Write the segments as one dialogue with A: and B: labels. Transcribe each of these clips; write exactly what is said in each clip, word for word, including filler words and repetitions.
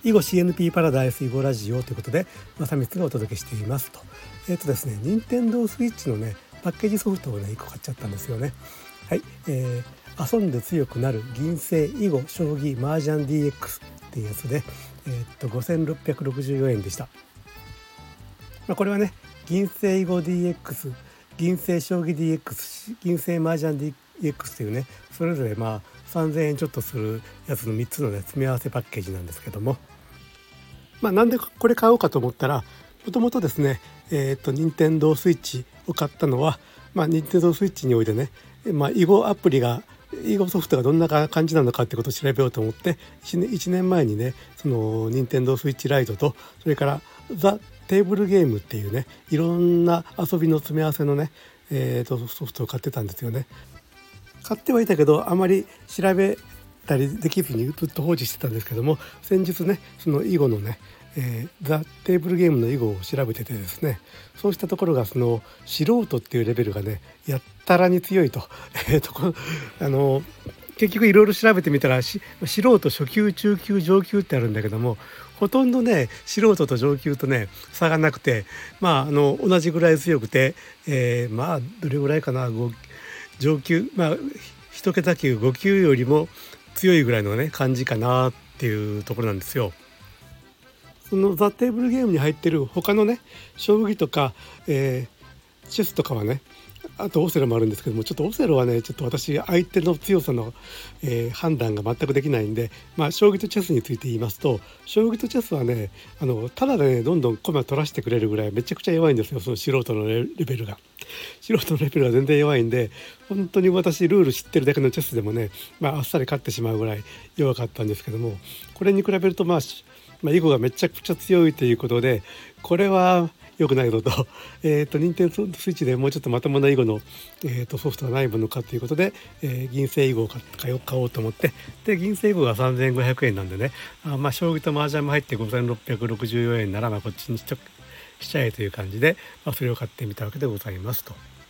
A: 囲碁 シーエヌピー パラダイス囲碁ラジオということで正光がお届けしていますと。えっ、ー、とですね任天堂スイッチのねパッケージソフトをねいっこ買っちゃったんですよね。はい、えー、遊んで強くなる銀星囲碁将棋麻雀 ディーエックス っていうやつで、えー、っとごせんろっぴゃくろくじゅうよえんでした。まあ、これはね銀星囲碁 ディーエックス、銀星将棋 ディーエックス、銀星麻雀 ディーエックスというねそれぞれまあさんぜんえんちょっとするやつのみっつのね詰め合わせパッケージなんですけども、まあ、なんでこれ買おうかと思ったら、もともとですねえー、っと任天堂スイッチを買ったのは、まあ、任天堂スイッチにおいてね、まあ、囲碁アプリが囲碁ソフトがどんな感じなのかってことを調べようと思って 1, 年いちねんまえにねその任天堂スイッチライトとそれからザ・テーブルゲームっていうねいろんな遊びの詰め合わせのね、えー、とソフトを買ってたんですよね。買ってはいたけどあまり調べたりできずにずっと放置してたんですけども、先日ねその囲碁のね、えー、ザ・テーブルゲームの囲碁を調べててですね、そうしたところがその素人っていうレベルがねやったらに強いと、えー、とこあの結局いろいろ調べてみたら素人初級中級上級ってあるんだけども、ほとんどね素人と上級とね差がなくて、まああの同じぐらい強くて、えー、まあどれぐらいかな上級まあ一桁級ご級よりも強いぐらいのね感じかなっていうところなんですよ。そのザ・テーブルゲームに入ってる他のね将棋とか、えー、チェスとかはね、あとオセロもあるんですけども、ちょっとオセロはねちょっと私相手の強さの、えー、判断が全くできないんで、まあ将棋とチェスについて言いますと、将棋とチェスはねあのただでねどんどん駒取らせてくれるぐらいめちゃくちゃ弱いんですよ、その素人のレベルが素人のレベルが全然弱いんで、本当に私ルール知ってるだけのチェスでもね、まあ、あっさり勝ってしまうぐらい弱かったんですけども、これに比べるとまあまあ、囲碁がめちゃくちゃ強いということで、これは良くないぞと、えーと任天堂スイッチでもうちょっとまともな囲碁の、えーとソフトがないものかということで、えー、銀星囲碁を買おうと思って、で銀星囲碁がさんぜんごひゃくえんなんでね、あまあ将棋と麻雀も入ってごせんろっぴゃくろくじゅうよえんならまあこっちにしちゃしちゃえという感じで、まあ、それを買ってみたわけでございますと。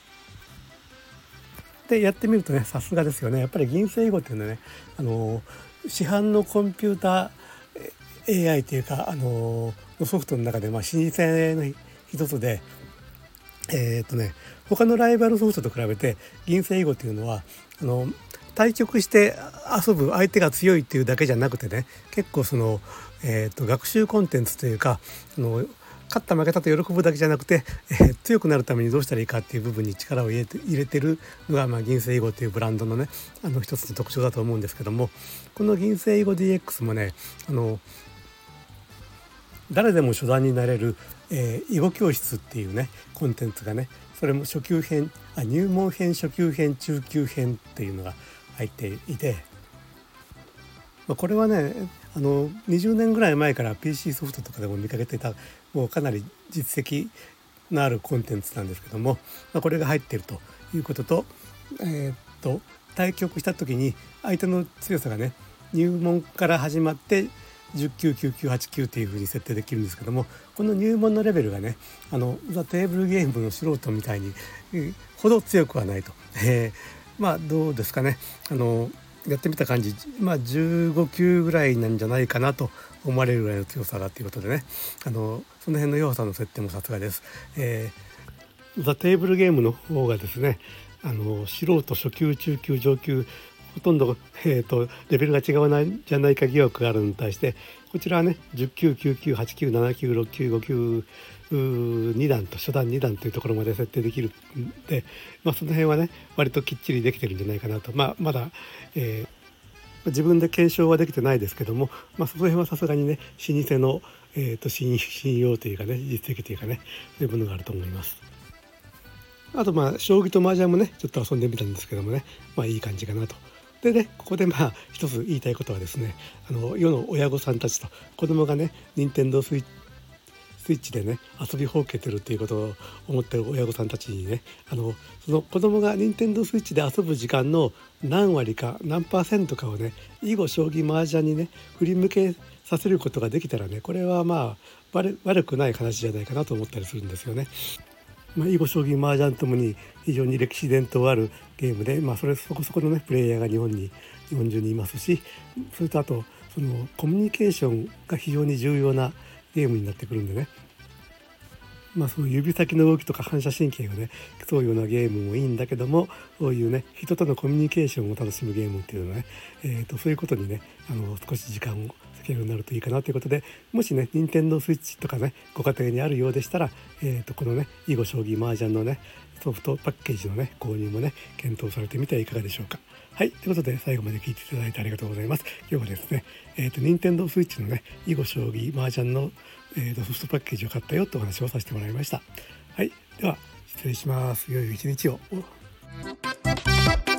A: でやってみるとねさすがですよね。やっぱり銀星囲碁っていうのはね、あの市販のコンピューターエーアイ というか、あのー、ソフトの中でまあ老舗の一つで、えー、っとね他のライバルソフトと比べて銀星囲碁っていうのはあの対局して遊ぶ相手が強いっていうだけじゃなくてね、結構その、えー、っと学習コンテンツというか、あの勝った負けたと喜ぶだけじゃなくて、えー、強くなるためにどうしたらいいかっていう部分に力を入れて入れてるのが、まあ、銀星囲碁っていうブランドのねあの一つの特徴だと思うんですけども、この銀星囲碁 ディーエックス もねあの誰でも初段になれる、えー、囲碁教室っていうねコンテンツがね、それも初級編あ入門編初級編中級編っていうのが入っていて、まあ、これはねあのにじゅうねんぐらい前から ピーシー ソフトとかでも見かけていたもうかなり実績のあるコンテンツなんですけども、まあ、これが入っているということと、えー、っと対局した時に相手の強さがね入門から始まってじゅっ級きゅう級はち級っていう風に設定できるんですけども、この入門のレベルがねあのザ・テーブルゲームの素人みたいに、えー、ほど強くはないと、えー、まあどうですかね、あのやってみた感じ、まあじゅうご級ぐらいなんじゃないかなと思われるぐらいの強さだということでね、あのその辺の弱さの設定もさすがです。えー、ザ・テーブルゲームの方がですね、あの素人初級中級上級ほとんど、えー、とレベルが違わないじゃないか疑惑があるのに対して、こちらはねじゅっ級きゅう級はち級なな級ろく級ご級に段と初段に段というところまで設定できるんで、まあ、その辺はね割ときっちりできてるんじゃないかなと、まあ、まだ、えー、自分で検証はできてないですけども、まあ、その辺はさすがにね老舗の、えー、と信信用というかね実績というかねそういうものがあると思います。あとまあ将棋と麻雀もねちょっと遊んでみたんですけどもね、まあいい感じかなと。でねここでまあ一つ言いたいことはですね、あの世の親御さんたちと子供がね任天堂スイッチスイッチでね遊びほうけてるっていうことを思ってる親御さんたちにね、あのその子供が任天堂スイッチで遊ぶ時間の何割か何パーセントかをね囲碁将棋麻雀にね振り向けさせることができたらね、これはまあ悪、悪くない話じゃないかなと思ったりするんですよね。 まあ、囲碁将棋麻雀ともに非常に歴史伝統あるゲームで、まあ、それそこそこのねプレイヤーが日本に日本中にいますし、それとあとそのコミュニケーションが非常に重要なゲームになってくるんでね、まあ、その指先の動きとか反射神経をね競うようなゲームもいいんだけども、こういうね人とのコミュニケーションを楽しむゲームっていうのはね、えー、とそういうことにねあの少し時間をつけるようになるといいかなということで、もしね任天堂スイッチとかねご家庭にあるようでしたら、えー、とこのね囲碁将棋麻雀のねソフトパッケージのね購入もね検討されてみてはいかがでしょうか。はい、ということで最後まで聞いていただいてありがとうございます。今日はですね、えー、と任天堂スイッチのね囲碁将棋麻雀の、えー、とソフトパッケージを買ったよってお話をさせてもらいました。はい、では失礼します。良い一日を。